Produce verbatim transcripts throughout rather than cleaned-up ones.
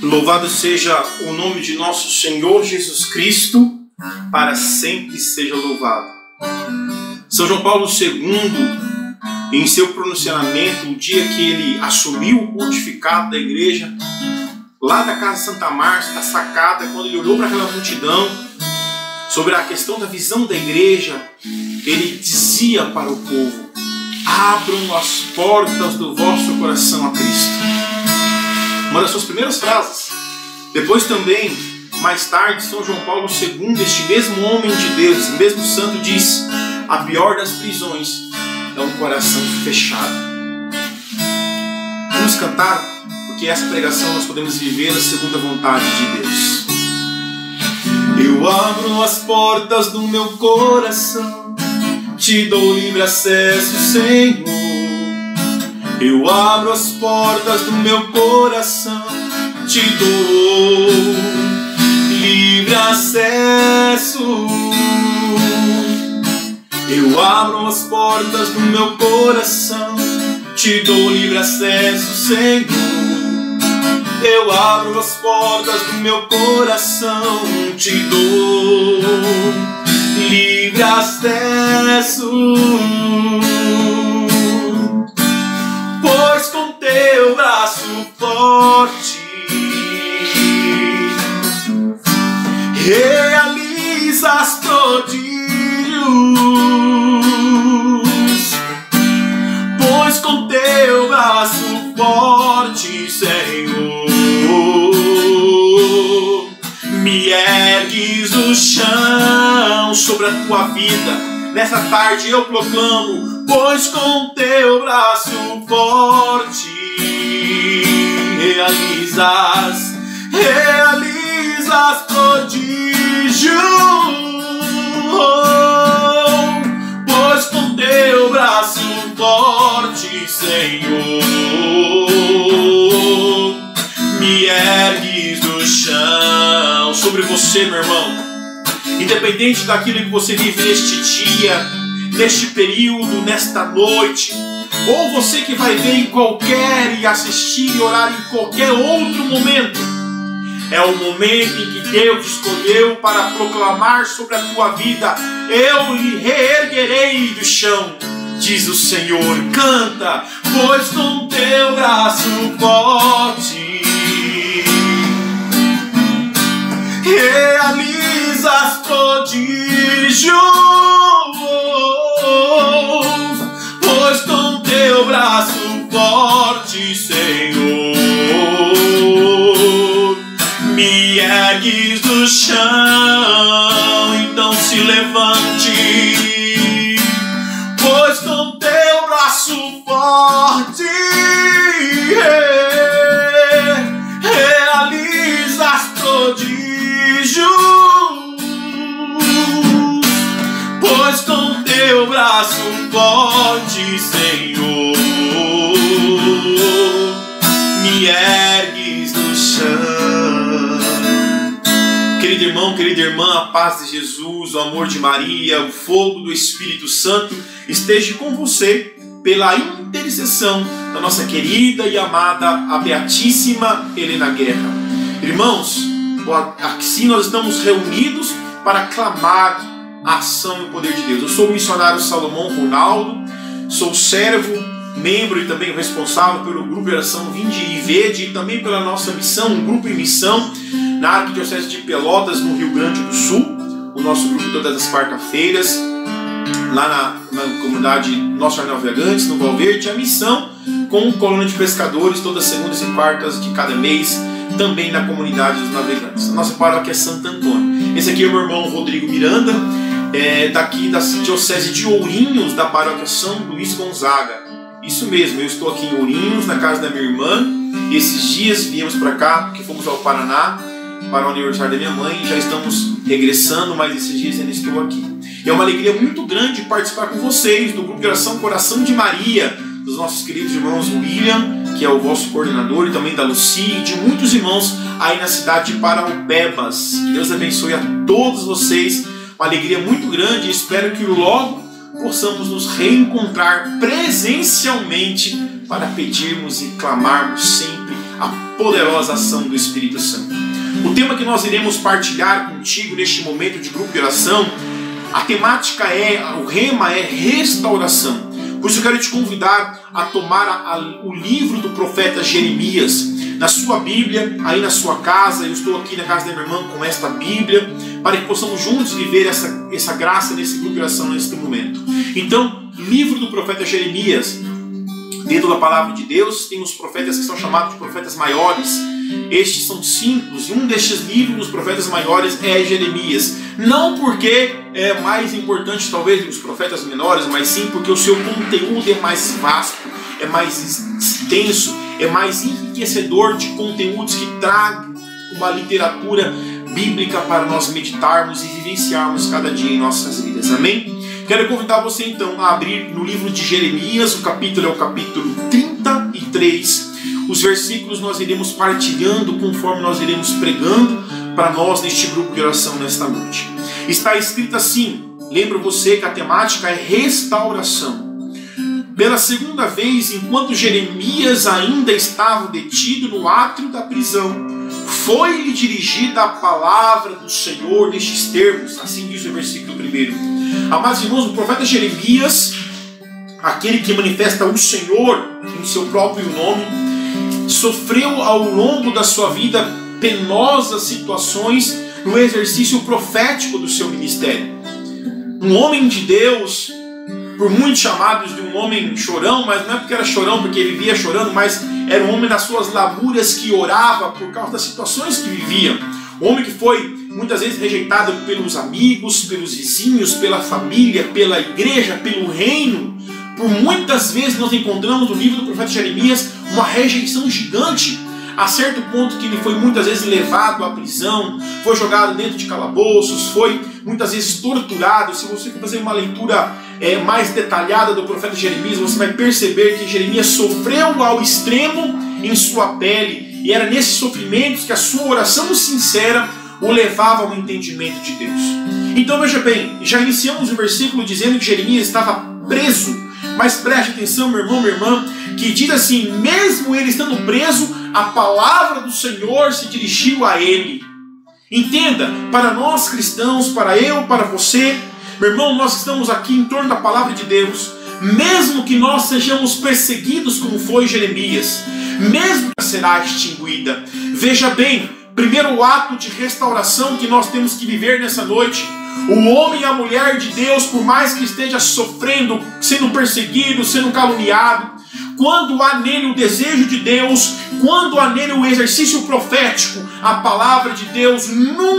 Louvado seja o nome de nosso Senhor Jesus Cristo, para sempre seja louvado. São João Paulo segundo, em seu pronunciamento, o dia que ele assumiu o pontificado da igreja, lá da Casa Santa Márcia, da sacada, quando ele olhou para aquela multidão, sobre a questão da visão da igreja, ele dizia para o povo: abram as portas do vosso coração a Cristo. Uma das suas primeiras frases. Depois também, mais tarde, São João Paulo segundo, este mesmo homem de Deus, esse mesmo santo, diz: a pior das prisões é um coração fechado. Vamos cantar, porque essa pregação nós podemos viver na segunda vontade de Deus. Eu abro as portas do meu coração, te dou livre acesso, Senhor. Eu abro as portas do meu coração, te dou livre acesso. Eu abro as portas do meu coração, te dou livre acesso, Senhor. Eu abro as portas do meu coração, te dou livre acesso. Pois com teu braço forte realizas prodígios. Pois com teu braço forte, Senhor, me ergues o chão sobre a tua vida. Nessa tarde eu proclamo: pois com teu braço forte realizas, realizas prodígios. Pois com teu braço forte, Senhor, me ergues do chão. Sobre você, meu irmão, independente daquilo que você vive neste dia, neste período, nesta noite, ou você que vai ver em qualquer e assistir e orar em qualquer outro momento, é o momento em que Deus escolheu para proclamar sobre a tua vida: eu lhe reerguerei do chão, diz o Senhor. Canta: pois com teu braço forte realizas prodígios. Pois com teu braço forte, Senhor, me ergues do chão. Então se levante, pois com teu braço forte realizas prodígios. Pois com teu braço forte, Senhor, me ergues do chão. Querido irmão, querida irmã, a paz de Jesus, o amor de Maria, o fogo do Espírito Santo esteja com você pela intercessão da nossa querida e amada, a Beatíssima Helena Guerra. Irmãos, assim nós estamos reunidos para clamar a ação e o poder de Deus. Eu sou o missionário Salomão Ronaldo, sou servo, membro e também responsável pelo grupo de oração Vinde e Vede, e também pela nossa missão, um grupo em missão na Arquidiocese de Pelotas, no Rio Grande do Sul. O nosso grupo todas as quartas-feiras, lá na, na comunidade Nosso Senhor Navegantes, no Valverde. A missão com coluna de pescadores, todas as segundas e quartas de cada mês, também na comunidade dos navegantes. A nossa paróquia é Santo Antônio. Esse aqui é o meu irmão Rodrigo Miranda, é, daqui da Diocese de Ourinhos, da paróquia São Luís Gonzaga. Isso mesmo, eu estou aqui em Ourinhos, na casa da minha irmã. E esses dias viemos para cá, porque fomos ao Paraná para o aniversário da minha mãe, e já estamos regressando, mas esses dias ainda estou aqui. E é uma alegria muito grande participar com vocês do grupo de oração Coração de Maria, dos nossos queridos irmãos William, que é o vosso coordenador, e também da Lucy, e de muitos irmãos aí na cidade de Paraupebas. Que Deus abençoe a todos vocês, uma alegria muito grande, e espero que logo possamos nos reencontrar presencialmente para pedirmos e clamarmos sempre a poderosa ação do Espírito Santo. O tema que nós iremos partilhar contigo neste momento de grupo de oração, a temática é, o rema é restauração. Por isso eu quero te convidar a tomar a, a, o livro do profeta Jeremias na sua Bíblia, aí na sua casa. Eu estou aqui na casa da minha irmã com esta Bíblia, para que possamos juntos viver essa, essa graça nesse grupo de oração neste momento. Então, livro do profeta Jeremias. Dentro da palavra de Deus tem os profetas que são chamados de profetas maiores. Estes são simples, e um destes livros dos profetas maiores é Jeremias. Não porque é mais importante talvez dos profetas menores, mas sim porque o seu conteúdo é mais vasto, é mais extenso, é mais enriquecedor de conteúdos que tragam uma literatura bíblica para nós meditarmos e vivenciarmos cada dia em nossas vidas. Amém? Quero convidar você então a abrir no livro de Jeremias, o capítulo é o capítulo trinta e três. Os versículos nós iremos partilhando conforme nós iremos pregando para nós neste grupo de oração nesta noite. Está escrito assim, lembro você que a temática é restauração. Pela segunda vez, enquanto Jeremias ainda estava detido no átrio da prisão, foi-lhe dirigida a palavra do Senhor nestes termos, assim diz o versículo primeiro. Amados irmãos, o profeta Jeremias, aquele que manifesta o Senhor em seu próprio nome, sofreu ao longo da sua vida penosas situações no exercício profético do seu ministério. Um homem de Deus, por muitos chamados de um homem chorão, mas não é porque era chorão, porque ele vivia chorando, mas era um homem das suas lamúrias que orava por causa das situações que vivia. Um homem que foi muitas vezes rejeitado pelos amigos, pelos vizinhos, pela família, pela igreja, pelo reino. Por muitas vezes nós encontramos no livro do profeta Jeremias uma rejeição gigante, a certo ponto que ele foi muitas vezes levado à prisão, foi jogado dentro de calabouços, foi muitas vezes torturado. Se você for fazer uma leitura é, mais detalhada do profeta Jeremias, você vai perceber que Jeremias sofreu ao extremo em sua pele, e era nesses sofrimentos que a sua oração sincera o levava ao entendimento de Deus. Então veja bem, já iniciamos o versículo dizendo que Jeremias estava preso, mas preste atenção, meu irmão, minha irmã, que diz assim, mesmo ele estando preso, a palavra do Senhor se dirigiu a ele. Entenda, para nós cristãos, para eu, para você, meu irmão, nós estamos aqui em torno da palavra de Deus, mesmo que nós sejamos perseguidos como foi Jeremias, mesmo que será extinguida. Veja bem, primeiro ato de restauração que nós temos que viver nessa noite. O homem e a mulher de Deus, por mais que esteja sofrendo, sendo perseguido, sendo caluniado, quando há nele o desejo de Deus, quando há nele o exercício profético, a palavra de Deus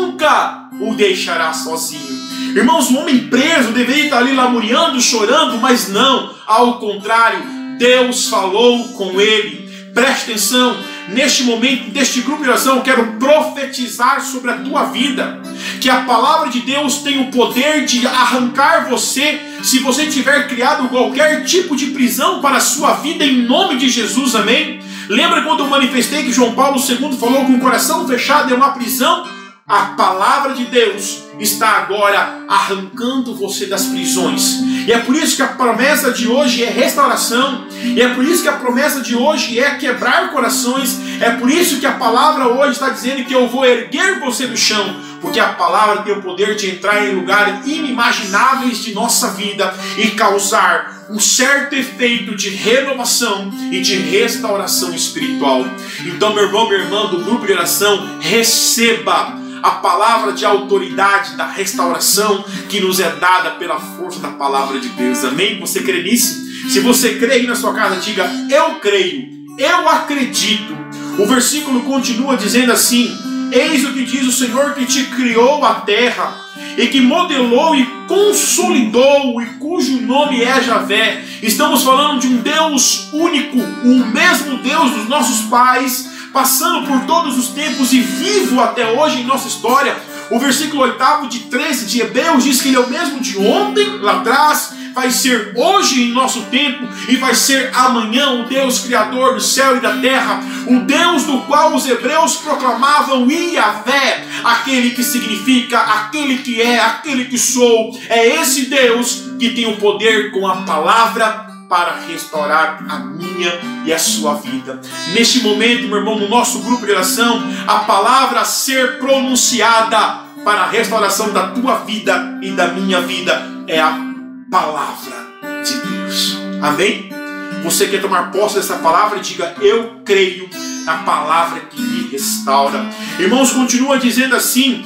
nunca o deixará sozinho. Irmãos, o homem preso deveria estar ali lamuriando, chorando, mas não, ao contrário, Deus falou com ele. Preste atenção, neste momento, deste grupo de oração, eu quero profetizar sobre a tua vida, que a palavra de Deus tem o poder de arrancar você, se você tiver criado qualquer tipo de prisão para a sua vida, em nome de Jesus, amém? Lembra quando eu manifestei que João Paulo segundo falou que um coração fechado é uma prisão? A palavra de Deus está agora arrancando você das prisões. E é por isso que a promessa de hoje é restauração. E é por isso que a promessa de hoje é quebrar corações. É por isso que a palavra hoje está dizendo que eu vou erguer você do chão. Porque a palavra tem o poder de entrar em lugares inimagináveis de nossa vida e causar um certo efeito de renovação e de restauração espiritual. Então, meu irmão, minha irmã do grupo de oração, receba a palavra de autoridade da restauração que nos é dada pela força da palavra de Deus. Amém? Você crê nisso? Se você crê aí na sua casa, diga, eu creio, eu acredito. O versículo continua dizendo assim, eis o que diz o Senhor que te criou a terra e que modelou e consolidou e cujo nome é Javé. Estamos falando de um Deus único, o mesmo Deus dos nossos pais, passando por todos os tempos e vivo até hoje em nossa história. O versículo oitavo de treze de Hebreus diz que ele é o mesmo de ontem, lá atrás, vai ser hoje em nosso tempo e vai ser amanhã o Deus Criador do céu e da terra, o Deus do qual os hebreus proclamavam Iavé, aquele que significa, aquele que é, aquele que sou. É esse Deus que tem o poder com a palavra para restaurar a minha e a sua vida. Neste momento, meu irmão, no nosso grupo de oração, a palavra a ser pronunciada para a restauração da tua vida e da minha vida é a palavra de Deus. Amém? Você quer tomar posse dessa palavra? Diga: eu creio na palavra que me restaura. Irmãos, continua dizendo assim,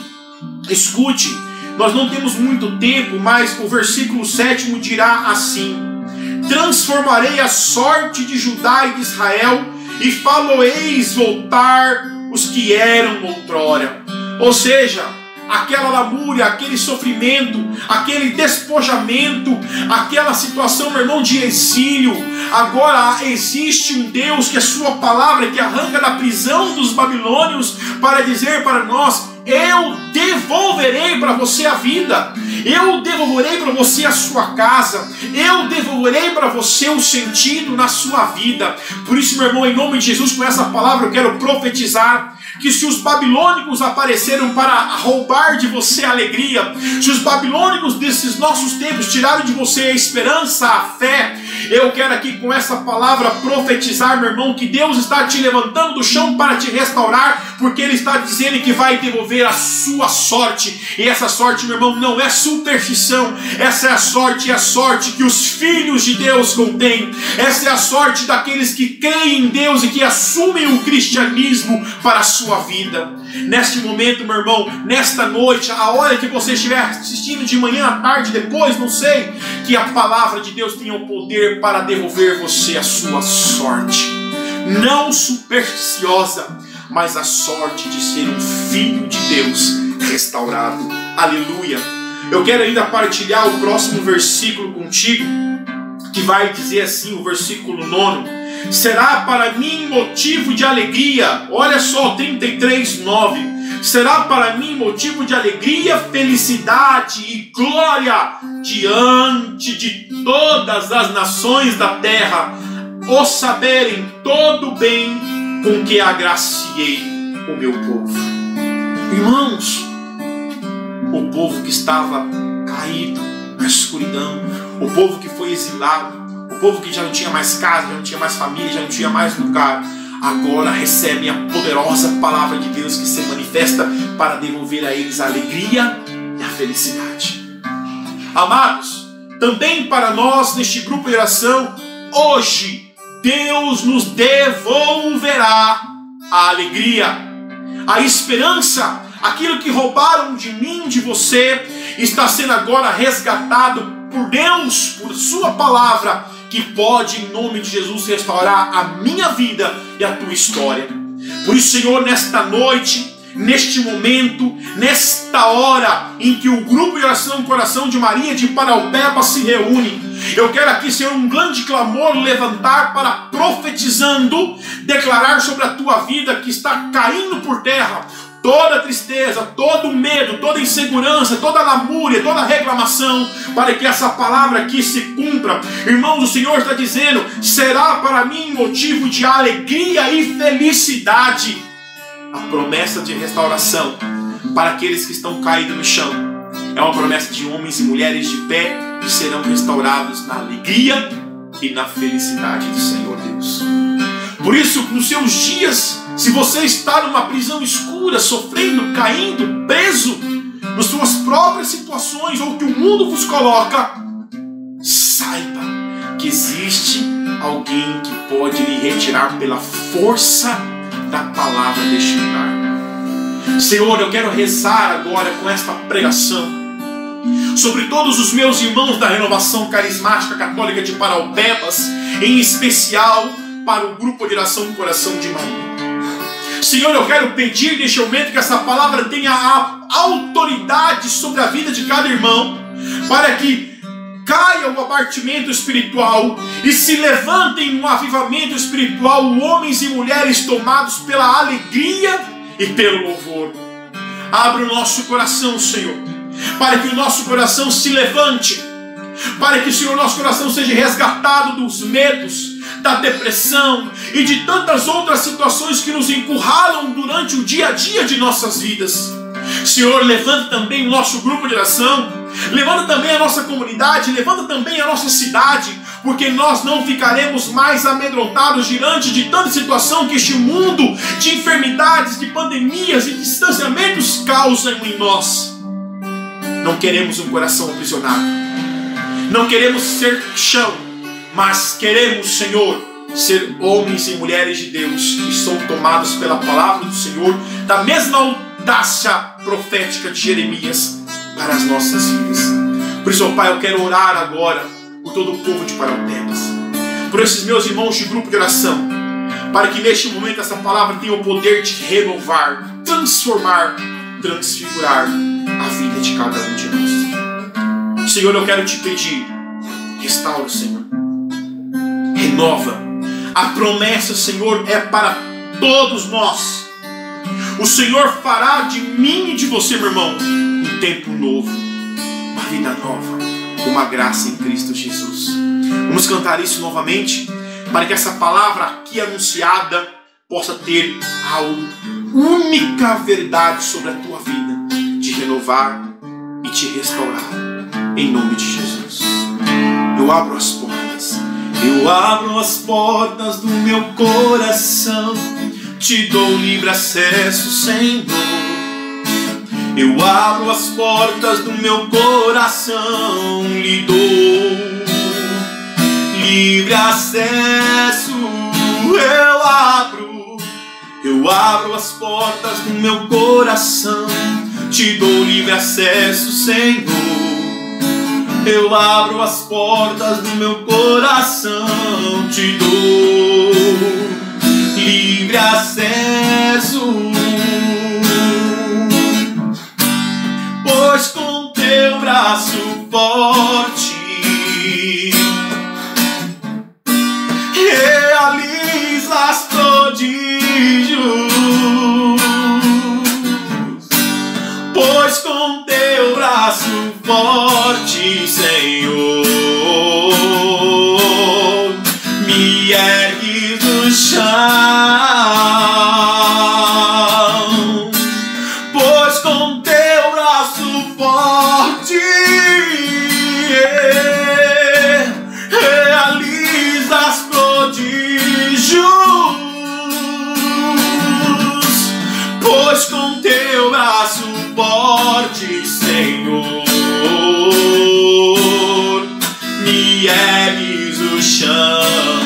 escute, nós não temos muito tempo, mas o versículo sétimo dirá assim: transformarei a sorte de Judá e de Israel, e faloeis voltar os que eram outrora. Ou seja, aquela lamúria, aquele sofrimento, aquele despojamento, aquela situação, meu irmão, de exílio. Agora existe um Deus que é sua palavra, que arranca da prisão dos babilônios para dizer para nós: eu devolverei para você a vida, eu devolverei para você a sua casa, eu devolverei para você o sentido na sua vida. Por isso, meu irmão, em nome de Jesus, com essa palavra eu quero profetizar que se os babilônicos apareceram para roubar de você a alegria, se os babilônicos desses nossos tempos tiraram de você a esperança, a fé, eu quero aqui com essa palavra profetizar, meu irmão, que Deus está te levantando do chão para te restaurar, porque Ele está dizendo que vai devolver a sua sorte. E essa sorte, meu irmão, não é superstição, essa é a sorte, é a sorte que os filhos de Deus contêm, essa é a sorte daqueles que creem em Deus e que assumem o cristianismo para a sua vida. Neste momento, meu irmão, nesta noite, a hora que você estiver assistindo, de manhã à tarde, depois, não sei, que a palavra de Deus tenha o poder para devolver você a sua sorte, não supersticiosa, mas a sorte de ser um filho de Deus restaurado. Aleluia! Eu quero ainda partilhar o próximo versículo contigo, que vai dizer assim, o versículo nono: será para mim motivo de alegria. Olha só, trinta e três, nove. Será para mim motivo de alegria, felicidade e glória diante de todas as nações da terra, o saberem todo o bem com que agraciei o meu povo. Irmãos, o povo que estava caído na escuridão, o povo que foi exilado, o povo que já não tinha mais casa, já não tinha mais família, já não tinha mais lugar, agora recebe a poderosa palavra de Deus que se manifesta para devolver a eles a alegria e a felicidade. Amados, também para nós neste grupo de oração, hoje Deus nos devolverá a alegria, a esperança. Aquilo que roubaram de mim, de você, está sendo agora resgatado por Deus, por sua palavra, que pode, em nome de Jesus, restaurar a minha vida e a tua história. Por isso, Senhor, nesta noite, neste momento, nesta hora em que o grupo de oração Coração de Maria de Paraupeba se reúne, eu quero aqui, Senhor, um grande clamor levantar para, profetizando, declarar sobre a tua vida que está caindo por terra toda tristeza, todo medo, toda insegurança, toda lamúria, toda reclamação, para que essa palavra aqui se cumpra. Irmãos, o Senhor está dizendo: será para mim motivo de alegria e felicidade. A promessa de restauração para aqueles que estão caídos no chão é uma promessa de homens e mulheres de pé que serão restaurados na alegria e na felicidade do Senhor Deus. Por isso, nos seus dias, se você está numa prisão escura, sofrendo, caindo, preso nas suas próprias situações ou que o mundo vos coloca, saiba que existe alguém que pode lhe retirar pela força da palavra deste lugar. Senhor, eu quero rezar agora com esta pregação sobre todos os meus irmãos da Renovação Carismática Católica de Paraupebas, em especial para o grupo de oração Coração de Maria. Senhor, eu quero pedir neste momento que essa palavra tenha a autoridade sobre a vida de cada irmão, para que caia o abatimento espiritual e se levantem um avivamento espiritual, homens e mulheres tomados pela alegria e pelo louvor. Abra o nosso coração, Senhor, para que o nosso coração se levante, para que, Senhor, nosso coração seja resgatado dos medos, da depressão e de tantas outras situações que nos encurralam durante o dia a dia de nossas vidas. Senhor, levanta também o nosso grupo de oração, levanta também a nossa comunidade, levanta também a nossa cidade, porque nós não ficaremos mais amedrontados diante de tanta situação que este mundo de enfermidades, de pandemias e distanciamentos causam em nós. Não queremos um coração aprisionado, não queremos ser chão, mas queremos, Senhor, ser homens e mulheres de Deus que são tomados pela palavra do Senhor, da mesma audácia profética de Jeremias para as nossas vidas. Por isso, ó Pai, eu quero orar agora por todo o povo de Parautepas, por esses meus irmãos de grupo de oração, para que neste momento essa palavra tenha o poder de renovar, transformar, transfigurar a vida de cada um de nós. Senhor, eu quero te pedir, restaura, Senhor, renova. A promessa, Senhor, é para todos nós. O Senhor fará de mim e de você, meu irmão, um tempo novo, uma vida nova, uma graça em Cristo Jesus. Vamos cantar isso novamente, para que essa palavra aqui anunciada possa ter a única verdade sobre a tua vida, de renovar e te restaurar, em nome de Jesus. Eu abro as portas, eu abro as portas do meu coração, te dou livre acesso, Senhor. Eu abro as portas do meu coração, lhe dou livre acesso. Eu abro, eu abro as portas do meu coração, te dou livre acesso, Senhor. Eu abro as portas do meu coração, te dou livre acesso. Pois com teu braço forte realizas prodígios. Pois com teu braço forte, Senhor, me ergues do chão. Pois com teu braço forte realizas prodígios. Pois com teu braço forte, Senhor, me ergues o chão.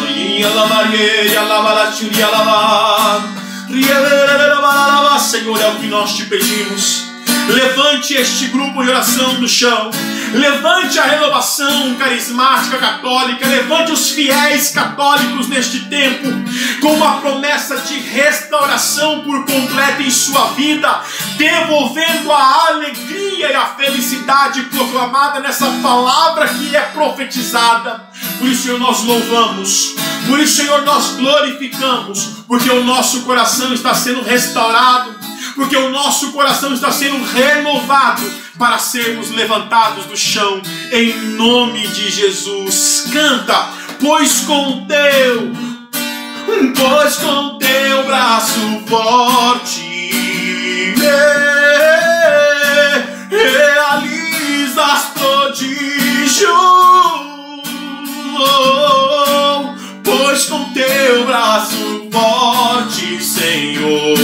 Senhor, é o que nós te pedimos. Levante este grupo de oração do chão. Levante a renovação carismática católica. Levante os fiéis católicos neste tempo, com uma promessa de restauração por completo em sua vida, devolvendo a alegria e a felicidade proclamada nessa palavra que é profetizada. Por isso, Senhor, nós louvamos. Por isso, Senhor, nós glorificamos, porque o nosso coração está sendo restaurado, porque o nosso coração está sendo renovado para sermos levantados do chão, em nome de Jesus. Canta, pois com teu, pois com teu braço forte realizas prodígios. Pois com teu braço forte, Senhor,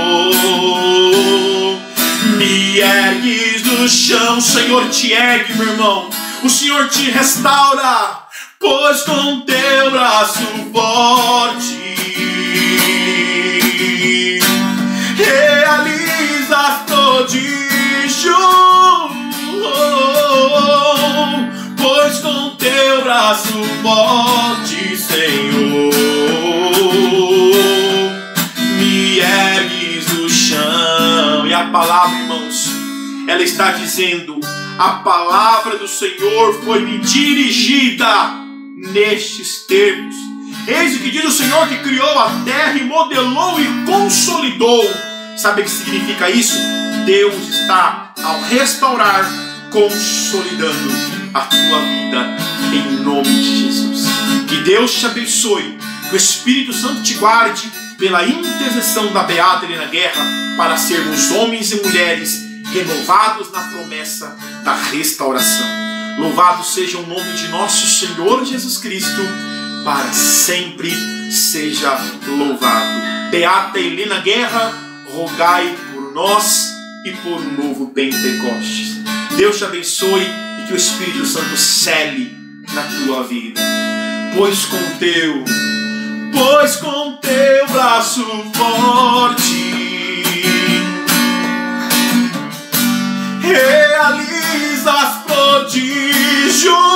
me ergues do chão. O Senhor te ergue, meu irmão. O Senhor te restaura. Pois com teu braço forte realizas prodígios. Pois com teu braço forte, Senhor, me ergues do chão. E a palavra, irmãos, ela está dizendo: a palavra do Senhor foi-me dirigida nestes termos. Eis o que diz o Senhor, que criou a terra e modelou e consolidou. Sabe o que significa isso? Deus está, ao restaurar, consolidando a tua vida, em nome de Jesus. Que Deus te abençoe, que o Espírito Santo te guarde pela intercessão da beata Helena Guerra, para sermos homens e mulheres renovados na promessa da restauração. Louvado seja o nome de nosso Senhor Jesus Cristo, para sempre seja louvado. Beata Helena Guerra, rogai por nós e por um novo Pentecostes. Deus te abençoe e que o Espírito Santo cele na tua vida. Pois com teu, pois com teu braço forte realizas prodígios.